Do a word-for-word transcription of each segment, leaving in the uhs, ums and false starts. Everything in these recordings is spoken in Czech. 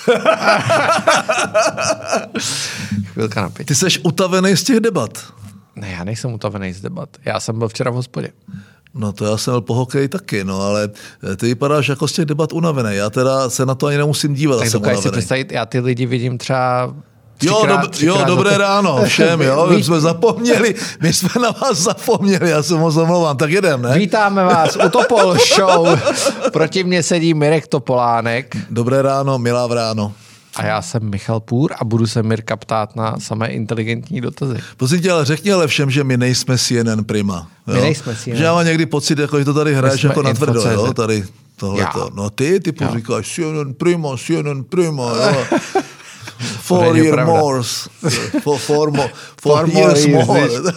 Chvilka na pět. Ty seš utavený z těch debat. Ne, já nejsem utavený z debat. Já jsem byl včera v hospodě. No to já jsem byl po hokeji taky, no ale ty vypadáš jako z těch debat unavený. Já teda se na to ani nemusím dívat. Tak dokážu si představit, já ty lidi vidím třeba Jo, dob, jo, dobré za... ráno všem, jo, my jsme zapomněli, my jsme na vás zapomněli, já se moc omlouvám, tak jedem, ne? Vítáme vás u Topol Show, proti mně sedí Mirek Topolánek. Dobré ráno, milá vráno. A já jsem Michal Půr a budu se Mirka ptát na samé inteligentní dotazy. Prosím tě, ale řekni ale všem, že my nejsme C N N Prima. Jo? My nejsme C N N. Že já mám někdy pocit, jako, že to tady hraješ jako natvrdo, jo, tady tohleto. No ty typu já. Říkáš C N N Prima, C N N Prima, jo. Four year more. For, for, more, for years more. uh,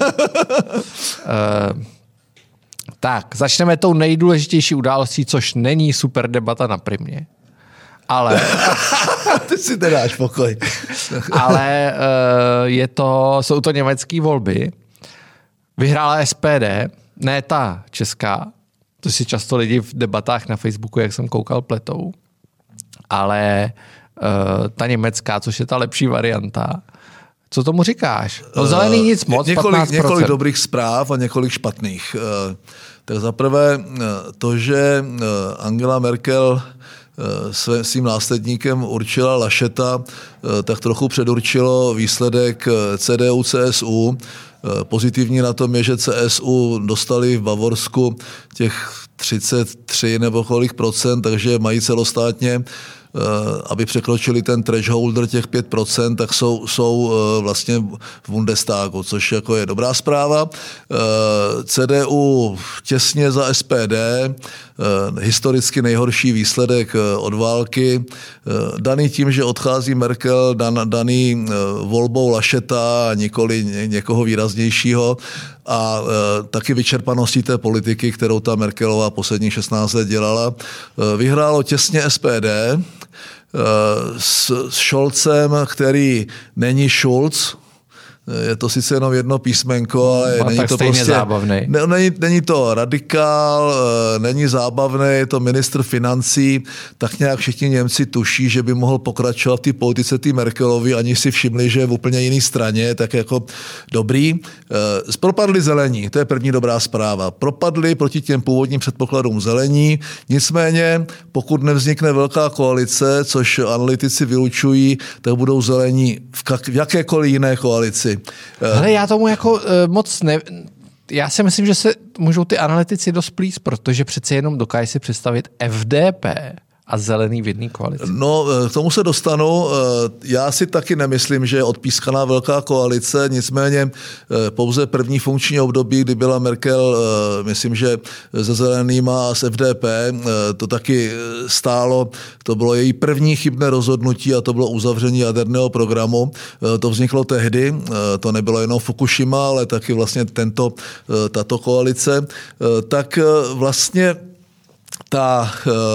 tak, začneme tou nejdůležitější událostí, což není super debata na Primě. Ale... Ty si nedáš pokoj. ale uh, je to, jsou to německé volby. Vyhrála S P D, ne ta česká, to si často lidi v debatách na Facebooku, jak jsem koukal, pletou, ale uh, ta německá, což je ta lepší varianta. Co tomu říkáš? No zelený nic moc, několik, patnáct procent. Několik dobrých zpráv a několik špatných. Uh, tak zaprvé uh, to, že uh, Angela Merkel uh, svým následníkem určila Lascheta, uh, tak trochu předurčilo výsledek C D U C S U. Pozitivní na tom je, že C S U dostali v Bavorsku těch třicet tři nebo kolik procent, takže mají celostátně, aby překročili ten thresholder těch pět procent, tak jsou, jsou vlastně v Bundestagu, což jako je dobrá zpráva. C D U těsně za S P D, historicky nejhorší výsledek od války, daný tím, že odchází Merkel, dan, daný volbou Lascheta a nikoli někoho výraznějšího a e, taky vyčerpaností té politiky, kterou ta Merkelová posledních šestnáct let dělala. E, vyhrálo těsně S P D e, s, s Scholzem, který není Schulz. Je to sice jenom jedno písmenko, ale no, není to prostě zábavný. Ne, není, není to radikál, není zábavný, je to ministr financí, tak nějak všichni Němci tuší, že by mohl pokračovat v té politice té Merkelovy, ani si všimli, že je v úplně jiné straně, tak jako dobrý. Propadli zelení, to je první dobrá zpráva. Propadli proti těm původním předpokladům zelení, nicméně pokud nevznikne velká koalice, což analytici vylučují, tak budou zelení v, kak, v jakékoliv jiné koalici. Hele, já tomu jako uh, moc ne... Já si myslím, že se můžou ty analytici dost plíst, protože přece jenom dokáže si představit F D P a zelený v jedné koalici. No, k tomu se dostanu. Já si taky nemyslím, že je odpískaná velká koalice, nicméně pouze první funkční období, kdy byla Merkel, myslím, že se zelenýma a s F D P, to taky stálo, to bylo její první chybné rozhodnutí a to bylo uzavření jaderného programu. To vzniklo tehdy, to nebylo jenom Fukushima, ale taky vlastně tento, tato koalice. Tak vlastně ta...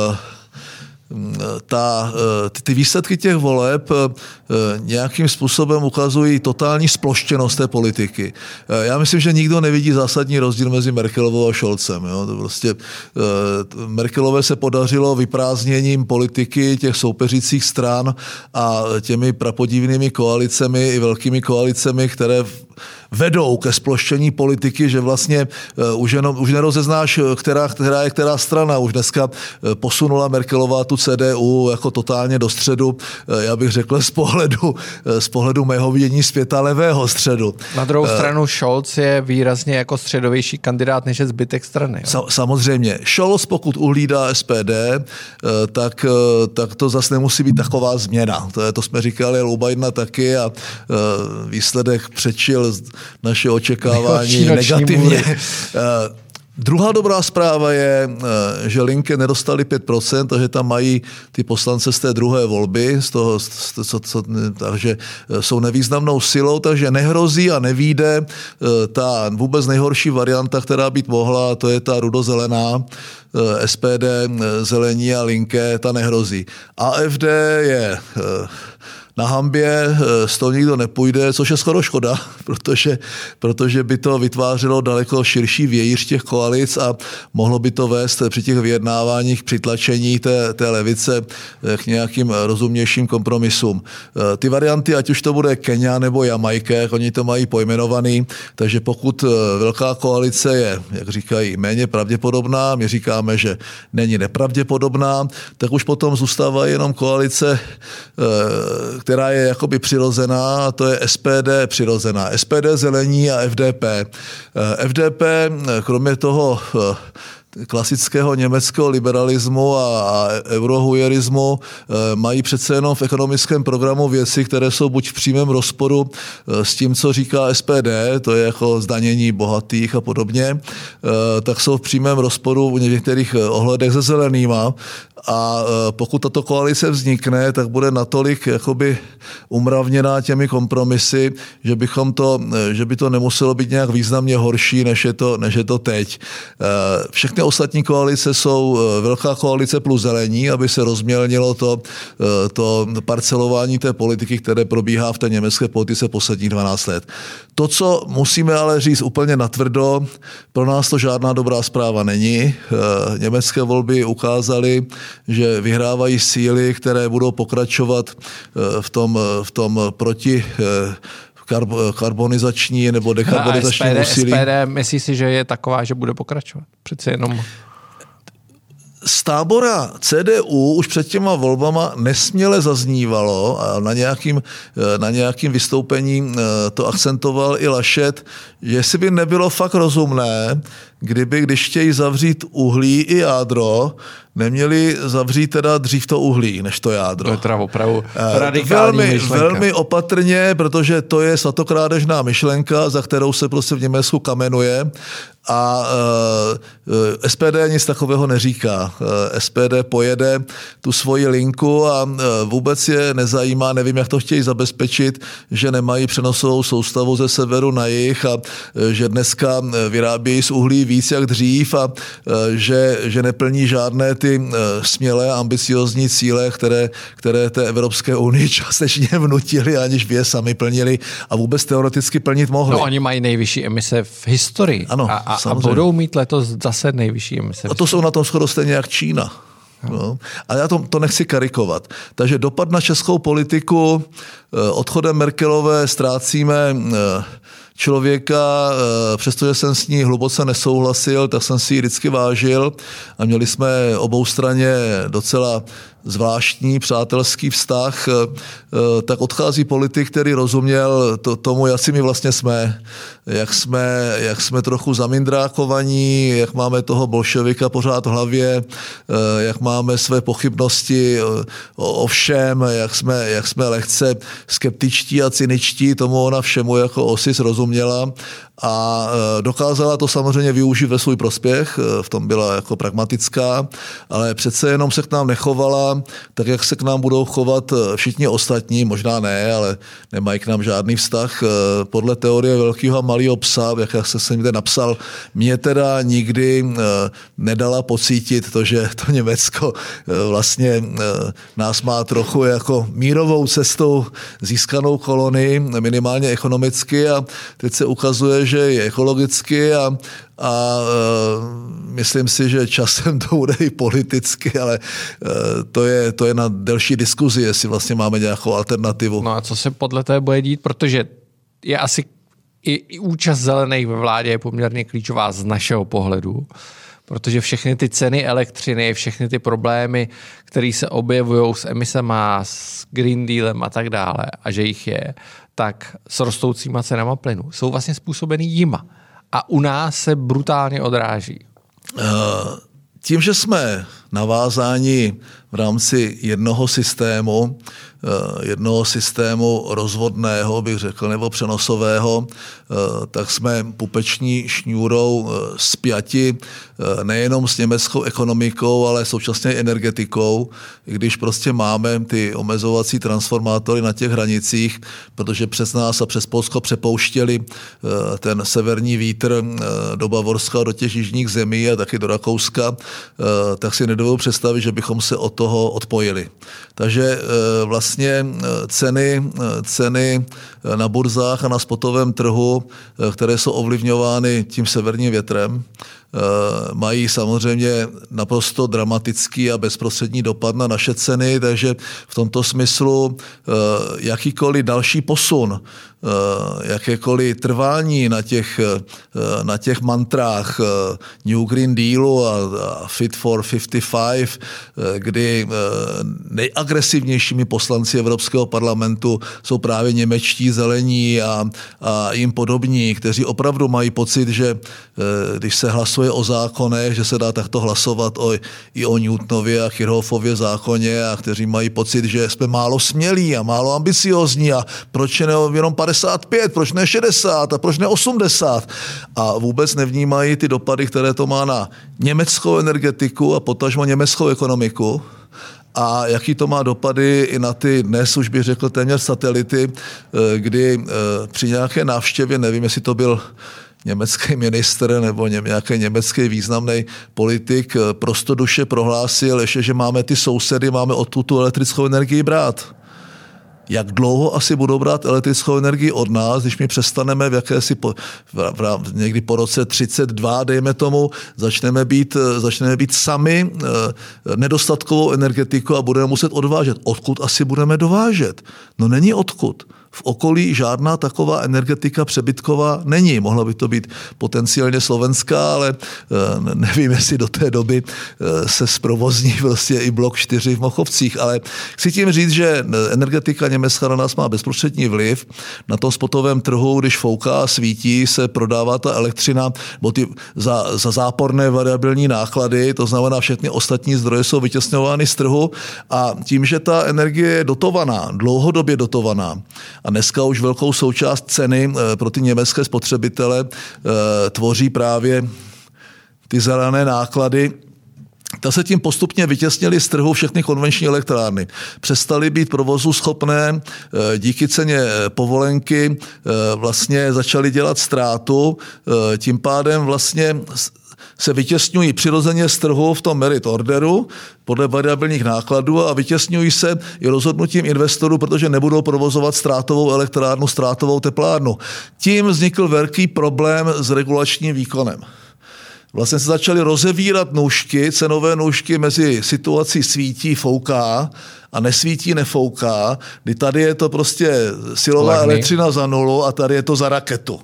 Ta, ty výsledky těch voleb nějakým způsobem ukazují totální sploštěnost té politiky. Já myslím, že nikdo nevidí zásadní rozdíl mezi Merkelovou a Scholzem. Jo? To prostě, Merkelové se podařilo vyprázdněním politiky těch soupeřících stran a těmi prapodivnými koalicemi i velkými koalicemi, které vedou ke sploštění politiky, že vlastně uh, už, jenom, už nerozeznáš, která, která je která strana. Už dneska uh, posunula Merkelová tu C D U jako totálně do středu, uh, já bych řekl z pohledu, uh, z pohledu mého vidění světa levého středu. Na druhou uh, stranu Scholz je výrazně jako středovější kandidát než je zbytek strany. Sa, samozřejmě. Scholz, pokud uhlídá S P D, uh, tak, uh, tak to zase nemusí být taková změna. To, je, to jsme říkali Lou Bidena taky a uh, výsledek předčil naše očekávání negativně. Druhá dobrá zpráva je, že Linke nedostali pět procent, takže tam mají ty poslance z té druhé volby, z toho, co, co, takže jsou nevýznamnou silou, takže nehrozí a nevíde ta vůbec nejhorší varianta, která být mohla, to je ta rudozelená, S P D, zelení a Linke, ta nehrozí. A F D je na hanbě z toho nikdo nepůjde, což je skoro škoda, protože, protože by to vytvářelo daleko širší vějíř těch koalic a mohlo by to vést při těch vyjednáváních k přitlačení té, té levice k nějakým rozumnějším kompromisům. Ty varianty, ať už to bude Kenia nebo Jamajka, jak oni to mají pojmenovaný, takže pokud velká koalice je, jak říkají, méně pravděpodobná, my říkáme, že není nepravděpodobná, tak už potom zůstává jenom koalice, která je jakoby přirozená, a to je S P D přirozená. S P D, Zelení a F D P. F D P, kromě toho klasického německého liberalismu a eurohujerismu mají přece jenom v ekonomickém programu věci, které jsou buď v přímém rozporu s tím, co říká S P D, to je jako zdanění bohatých a podobně, tak jsou v přímém rozporu v některých ohledech se zelenýma. A pokud tato koalice vznikne, tak bude natolik jakoby umravněná těmi kompromisy, že, bychom to, že by to nemuselo být nějak významně horší, než je to, než je to teď. Všechny ostatní koalice jsou velká koalice plus zelení, aby se rozmělnilo to, to parcelování té politiky, které probíhá v té německé politice posledních dvanáct let. To, co musíme ale říct úplně natvrdo, pro nás to žádná dobrá zpráva není. Německé volby ukázaly, že vyhrávají síly, které budou pokračovat v tom, v tom proti karbonizační nebo dekarbonizační úsilí. S P D myslí si, že je taková, že bude pokračovat? Přece jenom... Z tábora C D U už před těma volbama nesměle zaznívalo a na nějakým, na nějakým vystoupení to akcentoval i Laschet, že jestli by nebylo fakt rozumné, kdyby, když chtějí zavřít uhlí i jádro, neměli zavřít teda dřív to uhlí, než to jádro. To je teda opravdu radikální velmi, myšlenka. Velmi opatrně, protože to je svatokrádežná myšlenka, za kterou se prostě v Německu kamenuje. A uh, S P D nic takového neříká. Uh, S P D pojede tu svoji linku a uh, vůbec je nezajímá, nevím, jak to chtějí zabezpečit, že nemají přenosovou soustavu ze severu na jih a uh, že dneska vyrábějí z uhlí víc jak dřív a uh, že, že neplní žádné ty uh, smělé, ambiciozní cíle, které, které té Evropské unii částečně vnutili, aniž by je sami plnili a vůbec teoreticky plnit mohli. No, oni mají nejvyšší emise v historii. Ano. A, a budou mít letos zase nejvyšší emise. A to jsou na tom skoro stejně jak Čína. No. A já to, to nechci karikovat. Takže dopad na českou politiku, odchodem Merkelové ztrácíme člověka, přestože jsem s ní hluboce nesouhlasil, tak jsem si ji vždycky vážil a měli jsme oboustranně docela zvláštní přátelský vztah, tak odchází politik, který rozuměl to, tomu, jak si my vlastně jsme, jak jsme, jak jsme trochu zamindrákovaní, jak máme toho bolševika pořád v hlavě, jak máme své pochybnosti o, o všem, jak jsme, jak jsme lehce skeptičtí a cyničtí, tomu ona všemu jako osis rozuměla a dokázala to samozřejmě využít ve svůj prospěch, v tom byla jako pragmatická, ale přece jenom se k nám nechovala tak, jak se k nám budou chovat všichni ostatní, možná ne, ale nemají k nám žádný vztah. Podle teorie velkého a malého psa, jak se jsem někde napsal, mě teda nikdy nedala pocítit to, že to Německo vlastně nás má trochu jako mírovou cestou získanou kolonii, minimálně ekonomicky a teď se ukazuje, že je ekologicky a a uh, myslím si, že časem to bude i politicky, ale uh, to, je, to je na delší diskuzi, jestli vlastně máme nějakou alternativu. No a co se podle té bude dít, protože je asi i, i účast zelených ve vládě je poměrně klíčová z našeho pohledu, protože všechny ty ceny elektřiny, všechny ty problémy, které se objevují s emisema, s Green Dealem a tak dále, a že jich je, tak s rostoucíma cenama plynu jsou vlastně způsobený jima. A u nás se brutálně odráží. Tím, že jsme navázáni v rámci jednoho systému, jednoho systému rozvodného, bych řekl, nebo přenosového, tak jsme pupeční šňůrou spjati nejenom s německou ekonomikou, ale současně energetikou, i když prostě máme ty omezovací transformátory na těch hranicích, protože přes nás a přes Polsko přepouštěli ten severní vítr do Bavorska, do těch jižních zemí a taky do Rakouska, tak si nedovolíme nedovedu představit, že bychom se od toho odpojili. Takže vlastně ceny, ceny na burzách a na spotovém trhu, které jsou ovlivňovány tím severním větrem, mají samozřejmě naprosto dramatický a bezprostřední dopad na naše ceny, takže v tomto smyslu jakýkoliv další posun, jakékoliv trvání na těch, na těch mantrách New Green Dealu a Fit for padesát pět, kdy nejagresivnějšími poslanci Evropského parlamentu jsou právě němečtí zelení a, a jim podobní, kteří opravdu mají pocit, že když se hlasuje o zákonech, že se dá takto hlasovat o, i o Newtonově a Kirchhoffově zákoně a kteří mají pocit, že jsme málo smělí a málo ambiciózní a proč ne jenom padesát pět, proč ne šedesát a proč ne osmdesát a vůbec nevnímají ty dopady, které to má na německou energetiku a potažmo německou ekonomiku a jaký to má dopady i na ty dnes už bych řekl téměř satelity, kdy při nějaké návštěvě, nevím, jestli to byl německý ministr nebo nějaký německý významný politik prostoduše prohlásil ještě, že máme ty sousedy, máme odtud tu elektrickou energii brát. Jak dlouho asi budou brát elektrickou energii od nás, když my přestaneme v jakési po, v, v, někdy po roce třicet dva, dejme tomu, začneme být, začneme být sami e, nedostatkovou energetikou a budeme muset odvážet. Odkud asi budeme dovážet? No není odkud. V okolí žádná taková energetika přebytková není. Mohla by to být potenciálně slovenská, ale nevím, jestli do té doby se zprovozní vlastně i blok čtyři v Mochovcích. Ale chci tím říct, že energetika německá na nás má bezprostřední vliv. Na tom spotovém trhu, když fouká a svítí, se prodává ta elektřina bo ty za, za záporné variabilní náklady, to znamená všechny ostatní zdroje jsou vytěsňovány z trhu a tím, že ta energie je dotovaná, dlouhodobě dotovaná, a dneska už velkou součást ceny pro ty německé spotřebitele tvoří právě ty zelené náklady. Ta se tím postupně vytěsnily z trhu všechny konvenční elektrárny. Přestaly být provozu schopné, díky ceně povolenky vlastně začaly dělat ztrátu, tím pádem vlastně se vytěsňují přirozeně z trhu v tom merit orderu podle variabilních nákladů a vytěsňují se i rozhodnutím investorů, protože nebudou provozovat ztrátovou elektrárnu, ztrátovou teplárnu. Tím vznikl velký problém s regulačním výkonem. Vlastně se začaly rozevírat nůžky, cenové nůžky mezi situací svítí, fouká a nesvítí, nefouká, kdy tady je to prostě silová Levný. elektřina za nulu a tady je to za raketu.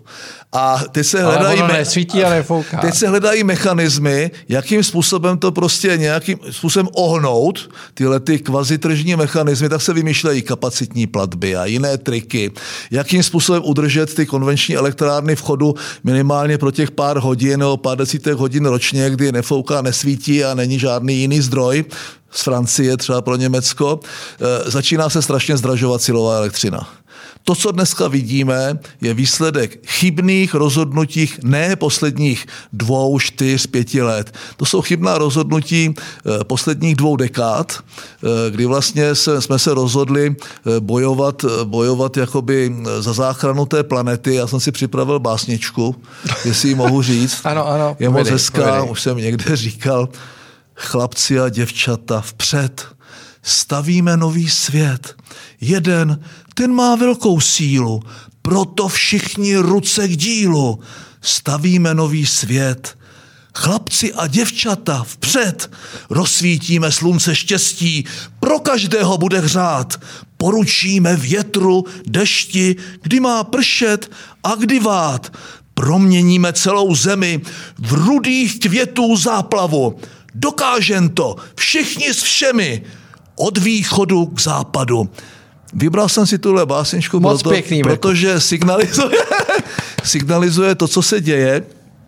A teď se hledají, me- nesvítí a nefouká. Teď se hledají mechanismy, jakým způsobem to prostě nějakým způsobem ohnout, tyhle ty kvazitržní mechanismy, tak se vymýšlejí kapacitní platby a jiné triky, jakým způsobem udržet ty konvenční elektrárny v chodu minimálně pro těch pár hodin nebo pár desítek hodin ročně, kdy nefouká, nesvítí a není žádný jiný zdroj, z Francie třeba pro Německo, e, začíná se strašně zdražovat silová elektřina. To, co dneska vidíme, je výsledek chybných rozhodnutí ne posledních dvou, čtyř, pěti let. To jsou chybná rozhodnutí posledních dvou dekád, kdy vlastně se, jsme se rozhodli bojovat, bojovat jakoby za záchranu té planety. Já jsem si připravil básničku, jestli ji mohu říct. Ano, ano. Je moc hezká, už jsem někde říkal, chlapci a děvčata vpřed, stavíme nový svět. Jeden, ten má velkou sílu, proto všichni ruce k dílu. Stavíme nový svět. Chlapci a děvčata vpřed, rozsvítíme slunce štěstí, pro každého bude hřát. Poručíme větru, dešti, kdy má pršet a kdy vát. Proměníme celou zemi v rudých květů záplavu. Dokážem to, všichni s všemi, od východu k západu. Vybral jsem si tuhle básničku, proto, protože signalizuje, signalizuje to, co se děje.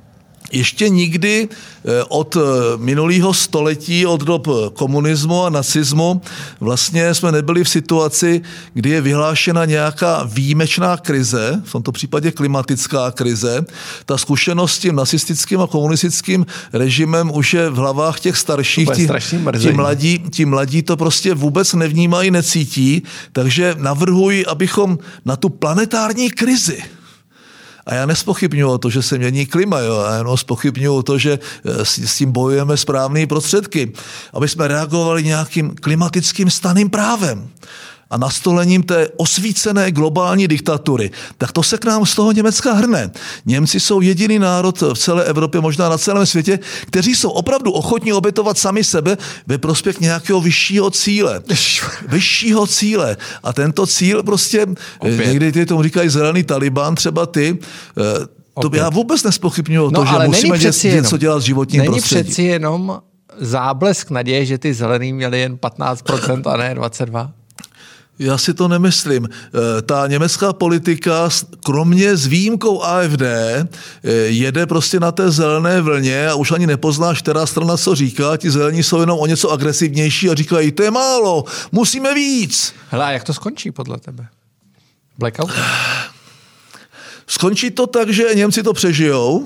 Ještě nikdy od minulého století, od dob komunismu a nacismu, vlastně jsme nebyli v situaci, kdy je vyhlášena nějaká výjimečná krize, v tomto případě klimatická krize. Ta zkušenost s tím nacistickým a komunistickým režimem už je v hlavách těch starších. Ti, ti, mladí, ti mladí to prostě vůbec nevnímají, necítí, takže navrhuji, abychom na tu planetární krizi A já nespochybnuju to, že se mění klima, jo? Já jenom zpochybnuju to, že s, s tím bojujeme správnými prostředky, aby jsme reagovali nějakým klimatickým stanným právem a nastolením té osvícené globální diktatury, tak to se k nám z toho Německa hrne. Němci jsou jediný národ v celé Evropě, možná na celém světě, kteří jsou opravdu ochotní obětovat sami sebe ve prospěch nějakého vyššího cíle. Vyššího cíle. A tento cíl prostě, Opět. někdy ty tomu říkají zelený Taliban, třeba ty, to Opět. já vůbec nespochybnuju no, to, že musíme něco dělat s životním není prostředím. Není přeci jenom záblesk naděje, že ty zelený měli jen patnáct procent a ne dvacet dva procent? Já si to nemyslím. Ta německá politika, kromě s výjimkou A F D, jede prostě na té zelené vlně a už ani nepoznáš, která strana co říká. Ti zelení jsou jenom o něco agresivnější a říkají, to je málo, musíme víc. Hele, a jak to skončí podle tebe? Blackout? Skončí to tak, že Němci to přežijou,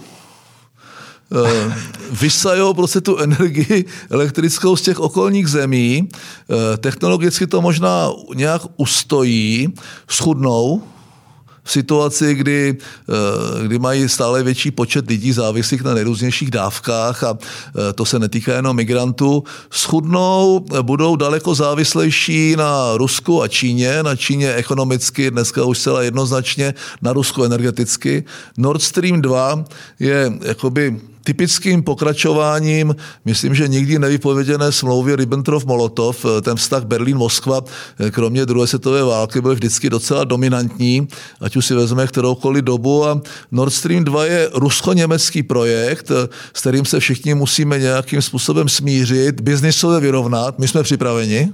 vysajou prostě tu energii elektrickou z těch okolních zemí, technologicky to možná nějak ustojí, schudnou v situaci, kdy, kdy mají stále větší počet lidí závislých na nejrůznějších dávkách a to se netýká jenom migrantů, schudnou, budou daleko závislejší na Rusku a Číně, na Číně ekonomicky, dneska už celá jednoznačně, na Rusku energeticky. Nord Stream dva je jakoby typickým pokračováním, myslím, že nikdy nevypověděné smlouvy Ribbentrop-Molotov, ten vztah Berlín-Moskva, kromě druhé světové války, byl vždycky docela dominantní, ať už si vezme kteroukoliv dobu. A Nord Stream dva je rusko-německý projekt, s kterým se všichni musíme nějakým způsobem smířit, biznisově vyrovnat, my jsme připraveni.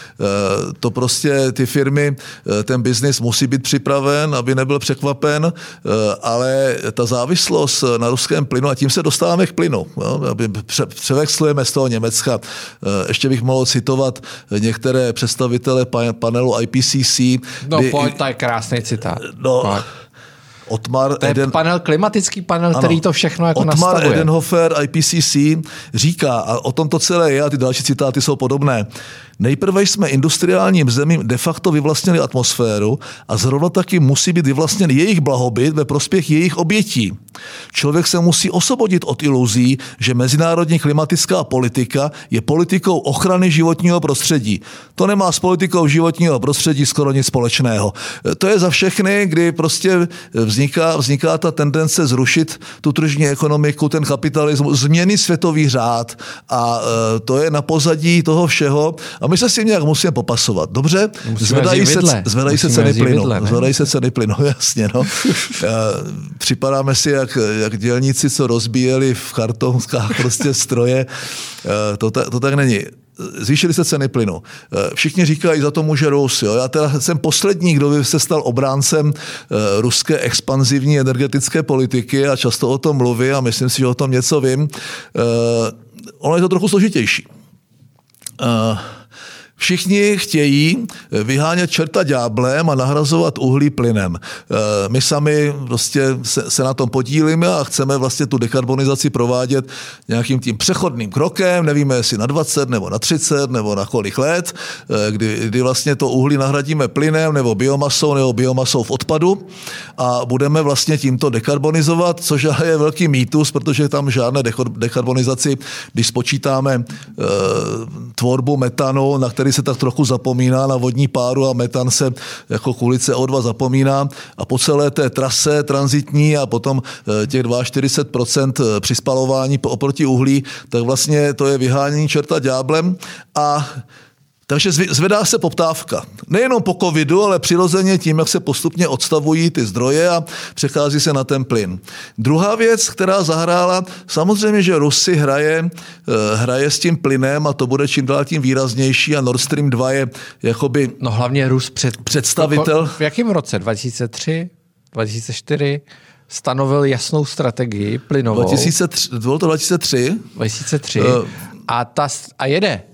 To prostě ty firmy, ten biznis musí být připraven, aby nebyl překvapen, ale ta závislost na ruském plynu, a tím se dostáváme k plynu, jo, aby převexlujeme z toho Německa. Ještě bych mohl citovat některé představitele panelu I P C C. No kdy, pojď, to je krásný citát. No, Otmar to je Eden... panel, klimatický panel, ano, který to všechno jako Otmar nastavuje. Otmar Edenhofer, I P C C, říká, a o tom to celé je, a ty další citáty jsou podobné, nejprve jsme industriálním zemím de facto vyvlastnili atmosféru a zrovna taky musí být vyvlastněn jejich blahobyt ve prospěch jejich obětí. Člověk se musí osvobodit od iluzí, že mezinárodní klimatická politika je politikou ochrany životního prostředí. To nemá s politikou životního prostředí skoro nic společného. To je za všechny, kdy prostě vzniká, vzniká ta tendence zrušit tu tržní ekonomiku, ten kapitalismus, změny světový řád a to je na pozadí toho všeho. A my se s tím nějak musíme popasovat. Dobře? Zvedají se, zvedají se ceny plynu. Vidle, zvedají se ceny plynu, jasně. No. Připadáme si jak, jak dělníci, co rozbíjeli v kartonkách prostě stroje. To, to tak není. Zvýšily se ceny plynu. Všichni říkají, za to může Rus. Jo? Já teda jsem poslední, kdo by se stal obráncem ruské expanzivní energetické politiky a často o tom mluví a myslím si, že o tom něco vím. Ono je to trochu složitější. Všichni chtějí vyhánět čerta ďáblem a nahrazovat uhlí plynem. My sami prostě se, se na tom podílíme a chceme vlastně tu dekarbonizaci provádět nějakým tím přechodným krokem, nevíme jestli na dvacet nebo na třicet nebo na kolik let, kdy, kdy vlastně to uhlí nahradíme plynem nebo biomasou nebo biomasou v odpadu a budeme vlastně tímto dekarbonizovat, což je velký mýtus, protože tam žádné dekarbonizaci, když spočítáme e, tvorbu metanu, na který se tak trochu zapomíná, na vodní páru a metan se jako kvůli C O dva zapomíná a po celé té trase tranzitní a potom těch čtyřicet dva procent při spalování oproti uhlí, tak vlastně to je vyhánění čerta ďáblem a takže zvedá se poptávka. Nejenom po covidu, ale přirozeně tím, jak se postupně odstavují ty zdroje a přechází se na ten plyn. Druhá věc, která zahrála, samozřejmě, že Rusy hraje, hraje s tím plynem a to bude čím dál tím výraznější a Nord Stream dva je jakoby no hlavně Rus před, představitel. V jakém roce? dva tisíce tři? dva tisíce čtyři? Stanovil jasnou strategii plynovou. dva tisíce tři, bylo to dva tisíce tři? dva tisíce tři. Uh, a, ta, a jede.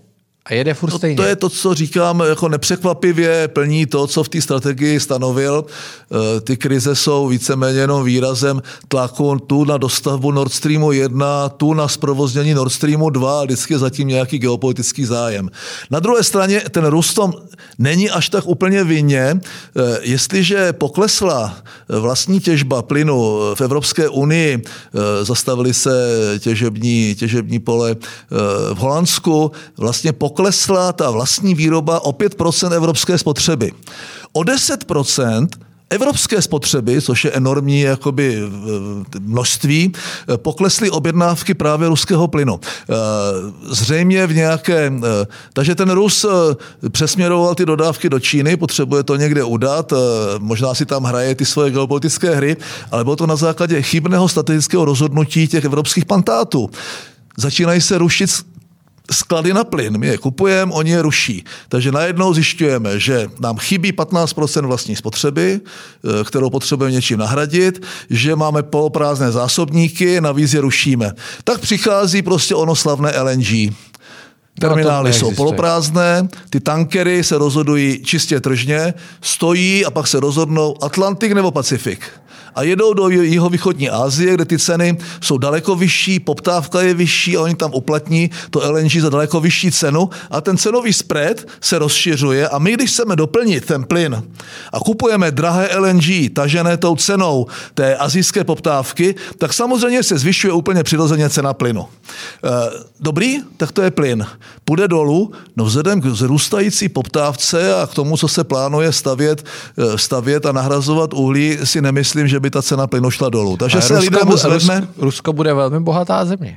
A jede furt stejně. To, to je to, co říkám, jako nepřekvapivě plní to, co v té strategii stanovil. Ty krize jsou víceméně jenom výrazem tlaku tu na dostavbu Nord Streamu jedna, tu na zprovoznění Nord Streamu dva a vždycky je zatím nějaký geopolitický zájem. Na druhé straně ten Rus tom není až tak úplně vinně. Jestliže poklesla vlastní těžba plynu v Evropské unii, zastavily se těžební, těžební pole v Holandsku, vlastně poklesla ta vlastní výroba o pět procent evropské spotřeby. O deset procent evropské spotřeby, což je enormní jakoby množství, poklesly objednávky právě ruského plynu. Zřejmě v nějaké... Takže ten Rus přesměroval ty dodávky do Číny, potřebuje to někde udat, možná si tam hraje ty svoje geopolitické hry, ale bylo to na základě chybného strategického rozhodnutí těch evropských pantátů. Začínají se rušit sklady na plyn, my je kupujeme, oni je ruší. Takže najednou zjišťujeme, že nám chybí patnáct procent vlastní spotřeby, kterou potřebujeme něčím nahradit, že máme poloprázdné zásobníky, navíc je rušíme. Tak přichází prostě ono slavné L N G. Terminály no, jsou poloprázdné, ty tankery se rozhodují čistě tržně, stojí a pak se rozhodnou Atlantik nebo Pacifik. A jedou do jihovýchodní Asie, kde ty ceny jsou daleko vyšší, poptávka je vyšší a oni tam uplatní to L N G za daleko vyšší cenu a ten cenový spread se rozšiřuje a my, když chceme doplnit ten plyn a kupujeme drahé L N G tažené tou cenou té asijské poptávky, tak samozřejmě se zvyšuje úplně přirozeně cena plynu. Dobrý? Tak to je plyn. Půjde dolů, no vzhledem k zrůstající poptávce a k tomu, co se plánuje stavět, stavět a nahrazovat uhlí, si nemyslím, že by ta cena plynu šla dolů. Takže se lidem zvedne... Rusko bude velmi bohatá země.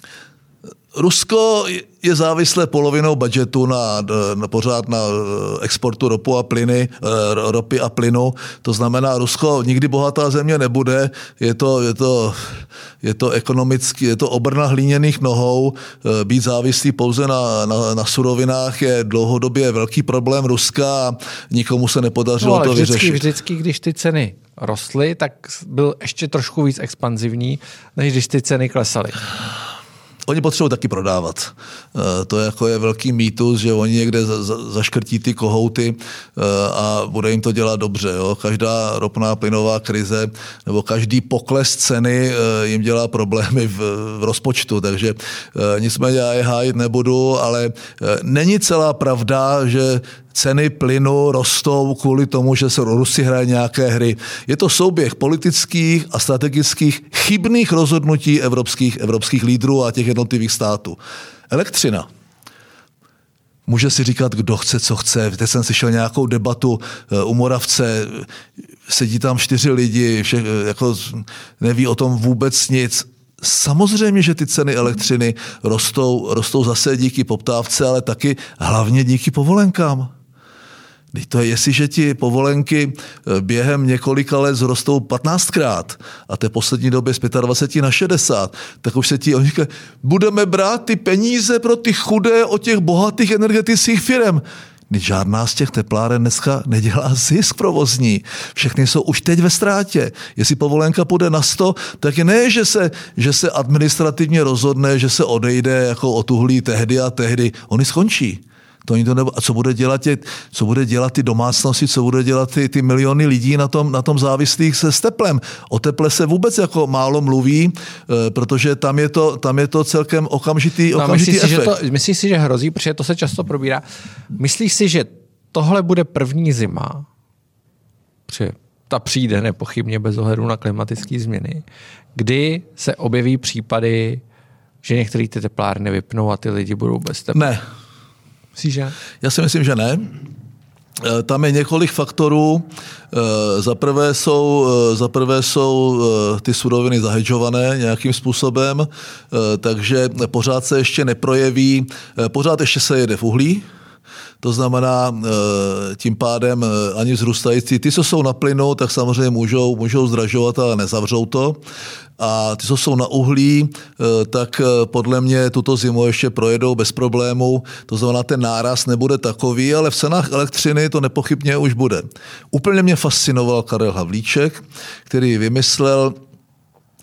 Rusko je závislé polovinou budžetu na, na pořád na exportu ropu a plyny, ropy a plynu. To znamená, Rusko nikdy bohatá země nebude. Je to, je to, je to ekonomicky, je to obrna hlíněných nohou. Být závislý pouze na, na, na surovinách je dlouhodobě velký problém Ruska a nikomu se nepodařilo no, to vždycky, vyřešit. Vždycky, když ty ceny rostly, tak byl ještě trošku víc expanzivní, než když ty ceny klesaly. Oni potřebují taky prodávat. To je, jako je velký mýtus, že oni někde zaškrtí ty kohouty a bude jim to dělat dobře. Jo. Každá ropná plynová krize nebo každý pokles ceny jim dělá problémy v, v rozpočtu, takže nicméně já je hájit nebudu, ale není celá pravda, že ceny plynu rostou kvůli tomu, že se Rusy hrají nějaké hry. Je to souběh politických a strategických chybných rozhodnutí evropských, evropských lídrů a těch jednotlivých států. Elektřina. Může si říkat, kdo chce, co chce. Teď jsem slyšel nějakou debatu u Moravce, sedí tam čtyři lidi, vše, jako neví o tom vůbec nic. Samozřejmě, že ty ceny elektřiny rostou, rostou zase díky poptávce, ale taky hlavně díky povolenkám. To je, jestliže ti povolenky během několika let zrostou patnáctkrát a té poslední době z dvacet pět na šedesát, tak už se ti oni říkají, budeme brát ty peníze pro ty chudé od těch bohatých energetických firem. Žádná z těch tepláren dneska nedělá zisk provozní. Všechny jsou už teď ve ztrátě. Jestli povolenka půjde na sto, tak ne, že se, že se administrativně rozhodne, že se odejde jako od uhlí tehdy a tehdy. Oni skončí. To to nebo, a co bude dělat, tě, co bude dělat ty domácnosti, co bude dělat ty, ty miliony lidí na tom, na tom závislých se s teplem. O teple se vůbec jako málo mluví, protože tam je to, tam je to celkem okamžitý, no, okamžitý myslíš efekt. Si, že to, myslíš si, že hrozí, protože to se často probírá. Myslíš si, že tohle bude první zima, protože ta přijde nepochybně bez ohledu na klimatické změny, kdy se objeví případy, že některé ty teplárny vypnou a ty lidi budou bez tepla? Ne. Myslíš, že? Já si myslím, že ne. Tam je několik faktorů. Za prvé jsou, za prvé jsou ty suroviny zahedžované nějakým způsobem, takže pořád se ještě neprojeví, pořád ještě se jede v uhlí. To znamená, tím pádem ani vzrůstající, ty, co jsou na plynu, tak samozřejmě můžou, můžou zdražovat, ale nezavřou to. A ty, co jsou na uhlí, tak podle mě tuto zimu ještě projedou bez problémů. To znamená, ten náraz nebude takový, ale v cenách elektřiny to nepochybně už bude. Úplně mě fascinoval Karel Havlíček, který vymyslel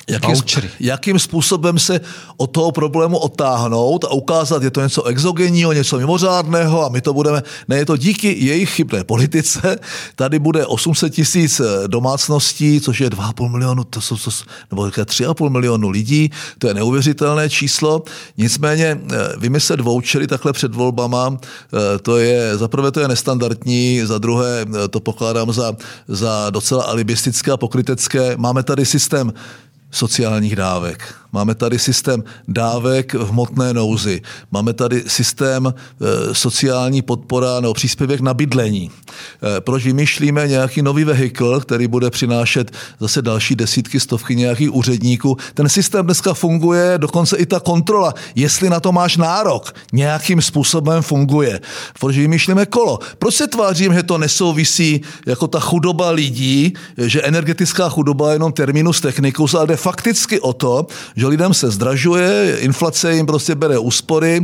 Jakým, jakým způsobem se od toho problému odtáhnout a ukázat, je to něco exogenního, něco mimořádného a my to budeme, ne, je to díky jejich chybné politice, tady bude osm set tisíc domácností, což je dva a půl milionu, to jsou, to, nebo tři a půl milionu lidí, to je neuvěřitelné číslo, nicméně vymyslet vouchery takhle před volbama, to je, za prvé to je nestandardní, za druhé to pokládám za, za docela alibistické a pokrytecké, máme tady systém sociálních dávek. Máme tady systém dávek v hmotné nouzi. Máme tady systém e, sociální podpora nebo příspěvek na bydlení. E, proč vymýšlíme nějaký nový vehikl, který bude přinášet zase další desítky, stovky nějakých úředníků? Ten systém dneska funguje, dokonce i ta kontrola, jestli na to máš nárok, nějakým způsobem funguje. Proč vymýšlíme kolo? Proč se tvářím, že to nesouvisí jako ta chudoba lidí, že energetická chudoba je jenom terminus technicus, ale jde fakticky o to, že lidem se zdražuje, inflace jim prostě bere úspory,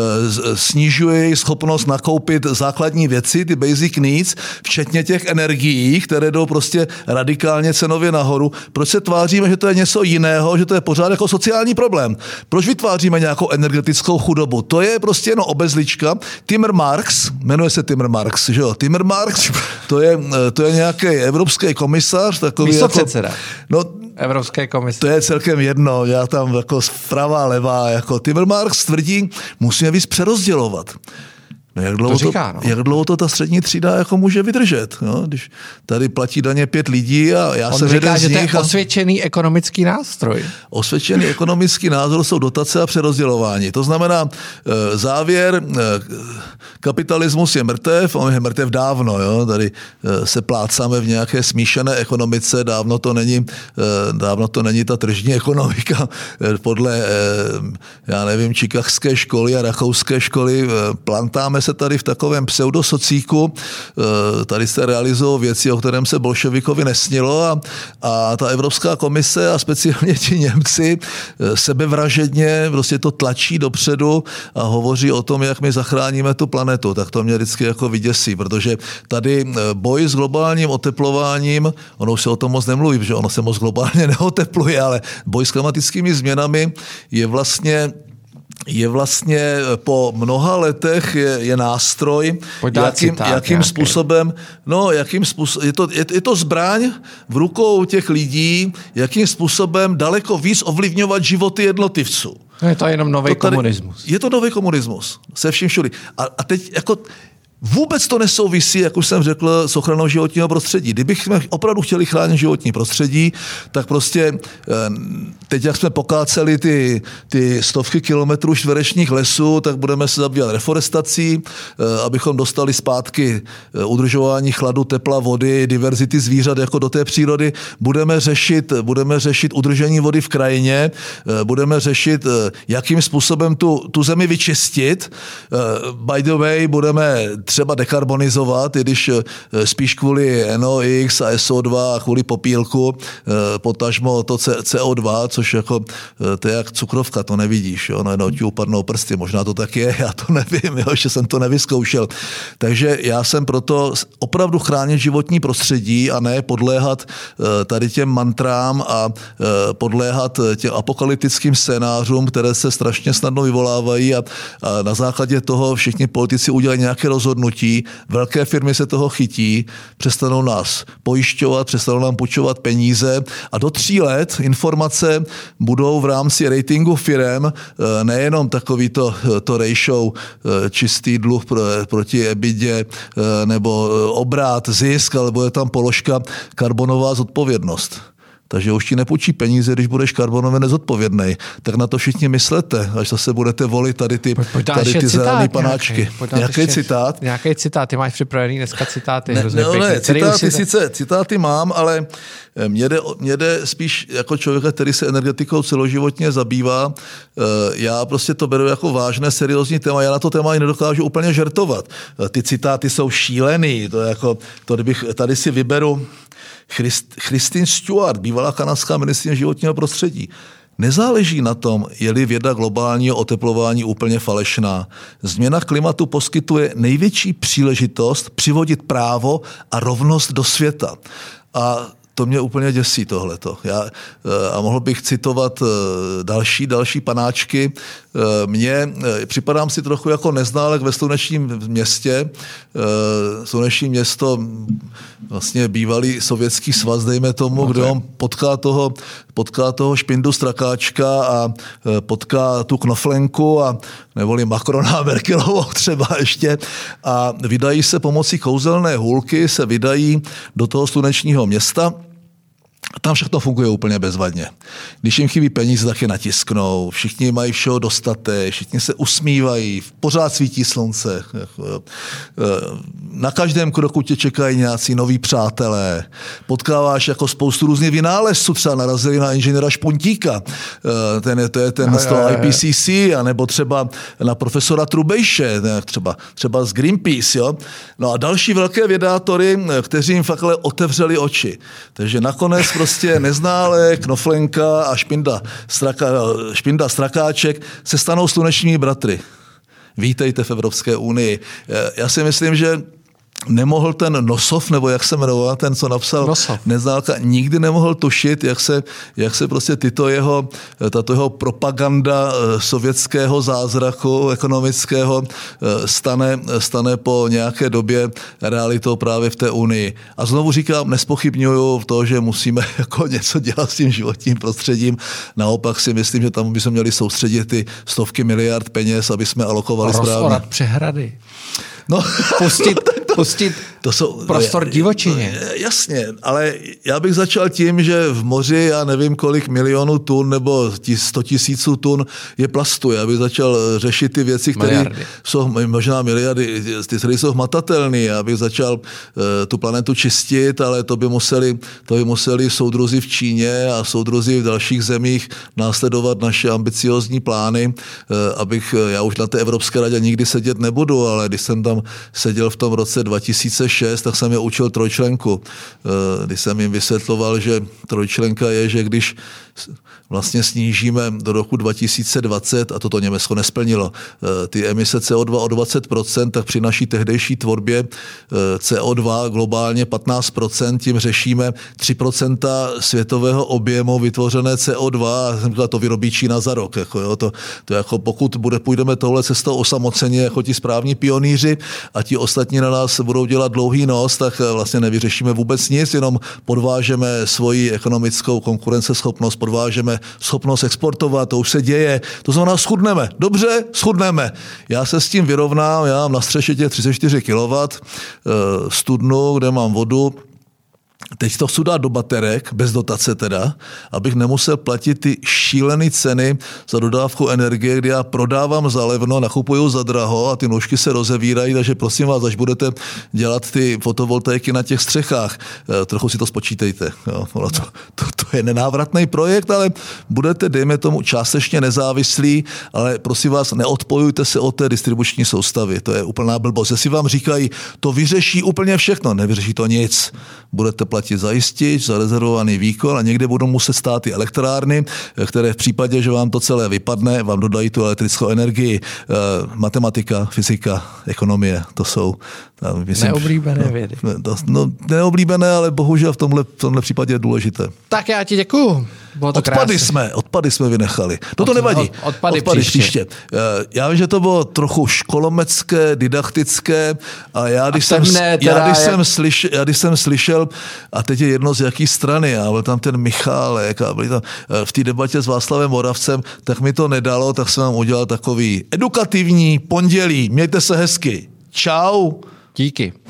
snižuje jejich schopnost nakoupit základní věci, ty basic needs, včetně těch energií, které jdou prostě radikálně cenově nahoru. Proč se tváříme, že to je něco jiného, že to je pořád jako sociální problém? Proč vytváříme nějakou energetickou chudobu? To je prostě jenom obezlička. Timmermans, jmenuje se Timmermans, že jo? Timmermans, to je, to je nějaký evropský komisař, takový jako, no, Evropské komise. To je celkem jedno, já tam jako zprava, levá, jako Timmermans tvrdí, musíme víc přerozdělovat. No jak, dlouho to říká, to, no. jak dlouho to ta střední třída jako může vydržet? No? Když tady platí daně pět lidí a já On jsem říká, jeden z že nich. to je osvědčený ekonomický nástroj. Osvědčený ekonomický nástroj jsou dotace a přerozdělování. To znamená závěr, kapitalismus je mrtev, on je mrtev dávno. Jo? Tady se plácáme v nějaké smíšené ekonomice, dávno to není, dávno to není ta tržní ekonomika. Podle, já nevím, chicagské školy a rakouské školy plantáme se tady v takovém pseudosocíku, tady se realizují věci, o kterém se bolševikovi nesnilo a, a ta Evropská komise a speciálně ti Němci sebevražedně prostě to tlačí dopředu a hovoří o tom, jak my zachráníme tu planetu. Tak to mě vždycky jako vyděsí, protože tady boj s globálním oteplováním, ono už se o tom moc nemluví, že ono se moc globálně neotepluje, ale boj s klimatickými změnami je vlastně je vlastně po mnoha letech je, je nástroj, jakým, jakým způsobem, no, jakým způsobem, je to, je, je to zbraň v rukou těch lidí, jakým způsobem daleko víc ovlivňovat životy jednotlivců. No je to jenom nový to tady, komunismus. Je to nový komunismus, se vším všudy. A, a teď jako vůbec to nesouvisí, jak už jsem řekl, s ochranou životního prostředí. Kdybychom opravdu chtěli chránit životní prostředí, tak prostě teď, jak jsme pokáceli ty, ty stovky kilometrů čtverečních lesů, tak budeme se zabývat reforestací, abychom dostali zpátky udržování chladu, tepla, vody, diverzity zvířat jako do té přírody. Budeme řešit, budeme řešit udržení vody v krajině, budeme řešit, jakým způsobem tu, tu zemi vyčistit. By the way, budeme třeba dekarbonizovat, i když spíš kvůli N O X a S O dva a kvůli popílku, potažmo to C O dva, což jako, to je jak cukrovka, to nevidíš, jo, no, ti upadnou prsty, možná to tak je, já to nevím, jo, že jsem to nevyzkoušel. Takže já jsem proto opravdu chránit životní prostředí a ne podléhat tady těm mantrám a podléhat těm apokalyptickým scénářům, které se strašně snadno vyvolávají a, a na základě toho všichni politici udělají nějaké rozhodnutí. Velké firmy se toho chytí, přestanou nás pojišťovat, přestanou nám půjčovat peníze a do tří let informace budou v rámci ratingu firem nejenom takový to, to ratio čistý dluh proti ebidě nebo obrat, zisk, ale bude tam položka karbonová zodpovědnost. Takže už ti nepůjčí peníze, když budeš karbonově nezodpovědnej. Tak na to všichni myslete, až zase budete volit tady ty, tady ty zelený panáčky. Nějaký citát? Nějaký citát, ty máš připravený dneska citáty. Ne, ne, ne citáty, sice, citáty mám, ale mě jde, mě jde spíš jako člověka, který se energetikou celoživotně zabývá. Já prostě to beru jako vážné, seriózní téma. Já na to téma i nedokážu úplně žertovat. Ty citáty jsou šílený. To je jako, to kdybych, tady si vyberu Christine Stewart, bývalá kanadská ministryně životního prostředí. Nezáleží na tom, je-li věda globálního oteplování úplně falešná. Změna klimatu poskytuje největší příležitost přivodit právo a rovnost do světa. A to mě úplně děsí tohleto. Já, a mohl bych citovat další, další panáčky. Mně připadám si trochu jako neználek ve slunečním městě. Sluneční město, vlastně bývalý sovětský svaz, dejme tomu, okay. Kde on potká toho, potká toho Špindu Strakáčka a potká tu Knoflenku a neboli Macrona a Merkelovou třeba ještě a vydají se pomocí kouzelné hůlky, se vydají do toho slunečního města. Tam všechno funguje úplně bezvadně. Když jim chybí peníze, tak je natisknou. Všichni mají všeho dostatek, všichni se usmívají, pořád svítí slunce. Na každém kroku tě čekají nějací noví přátelé. Potkáváš jako spoustu různých vynálezců, třeba narazili na inženýra Špuntíka, ten je, to je ten z toho I P C C, anebo třeba na profesora Trubejše, třeba, třeba z Greenpeace. Jo? No a další velké vědátory, kteří jim fakt otevřeli oči. Takže nakonec prostě Neználek, Knoflenka a Špinda, Straka, Špinda Strakáček se stanou slunečními bratry. Vítejte v Evropské unii. Já si myslím, že nemohl ten Nosov, nebo jak se jmenoval, ten, co napsal Nosov. Neználka, nikdy nemohl tušit, jak se, jak se prostě tyto jeho, tato jeho propaganda sovětského zázraku ekonomického stane, stane po nějaké době realitou právě v té unii. A znovu říkám, nespochybňuju to, že musíme jako něco dělat s tím životním prostředím. Naopak si myslím, že tam bychom měli soustředit ty stovky miliard peněz, aby jsme alokovali správně. Rozorat přehrady. No. Pustit, pustit to jsou, prostor no, divočině. Jasně, ale já bych začal tím, že v moři, já nevím kolik milionů tun nebo sto tisíců tun je plastu. Já bych začal řešit ty věci, které jsou možná miliardy, které jsou hmatatelné. Já bych začal uh, tu planetu čistit, ale to by museli, to by museli soudruzi v Číně a soudruzi v dalších zemích následovat naše ambiciozní plány, uh, abych, já už na té Evropské radě nikdy sedět nebudu, ale když jsem tam seděl v tom roce dva tisíce šest, tak jsem je učil trojčlenku. Když jsem jim vysvětloval, že trojčlenka je, že když vlastně snížíme do roku dva tisíce dvacet, a toto Německo nesplnilo, ty emise C O dva o dvacet procent, tak při naší tehdejší tvorbě C O dva globálně patnáct procent, tím řešíme tři procenta světového objemu vytvořené C O dva, a jsem říkal, to vyrobí Čína za rok. Jako, jo, to, to jako pokud bude, půjdeme tohle cestou osamoceně jako ti správní pionýři a ti ostatní na nás budou dělat dlouhý nos, tak vlastně nevyřešíme vůbec nic, jenom podvážeme svoji ekonomickou konkurenceschopnost, podvážeme schopnost exportovat, to už se děje. To znamená, schudneme. Dobře, schudneme. Já se s tím vyrovnám, já mám na střeše těch třicet čtyři kilowattů studnu, kde mám vodu. Teď to chci dát do baterek, bez dotace teda, abych nemusel platit ty šílené ceny za dodávku energie, kdy já prodávám za levno, nakupuju za draho a ty nůžky se rozevírají, takže prosím vás, až budete dělat ty fotovoltaiky na těch střechách, trochu si to spočítejte. Jo, to, to, to je nenávratný projekt, ale budete, dejme tomu, částečně nezávislí, ale prosím vás, neodpojujte se od té distribuční soustavy. To je úplná blbost. Jestli vám říkají, to vyřeší úplně všechno, nevyřeší to nic. Budete platit za jistič, za rezervovaný výkon a někde budou muset stát i elektrárny, které v případě, že vám to celé vypadne, vám dodají tu elektrickou energii. Matematika, fyzika, ekonomie, to jsou myslím, neoblíbené vědy. No, to, no, neoblíbené, ale bohužel v tomhle, v tomhle případě je důležité. Tak já ti děkuju. Odpady jsme, odpady jsme vynechali. No to nevadí. Od, odpady, odpady příště. příště. Já vím, že to bylo trochu školomecké, didaktické a já když, a jsem, já, když, jak... jsem, slyšel, já když jsem slyšel, a teď je jedno z jaký strany, a byl tam ten Michálek a byli tam v té debatě s Václavem Moravcem, tak mi to nedalo, tak jsem vám udělal takový edukativní pondělí. Mějte se hezky. Čau. Díky.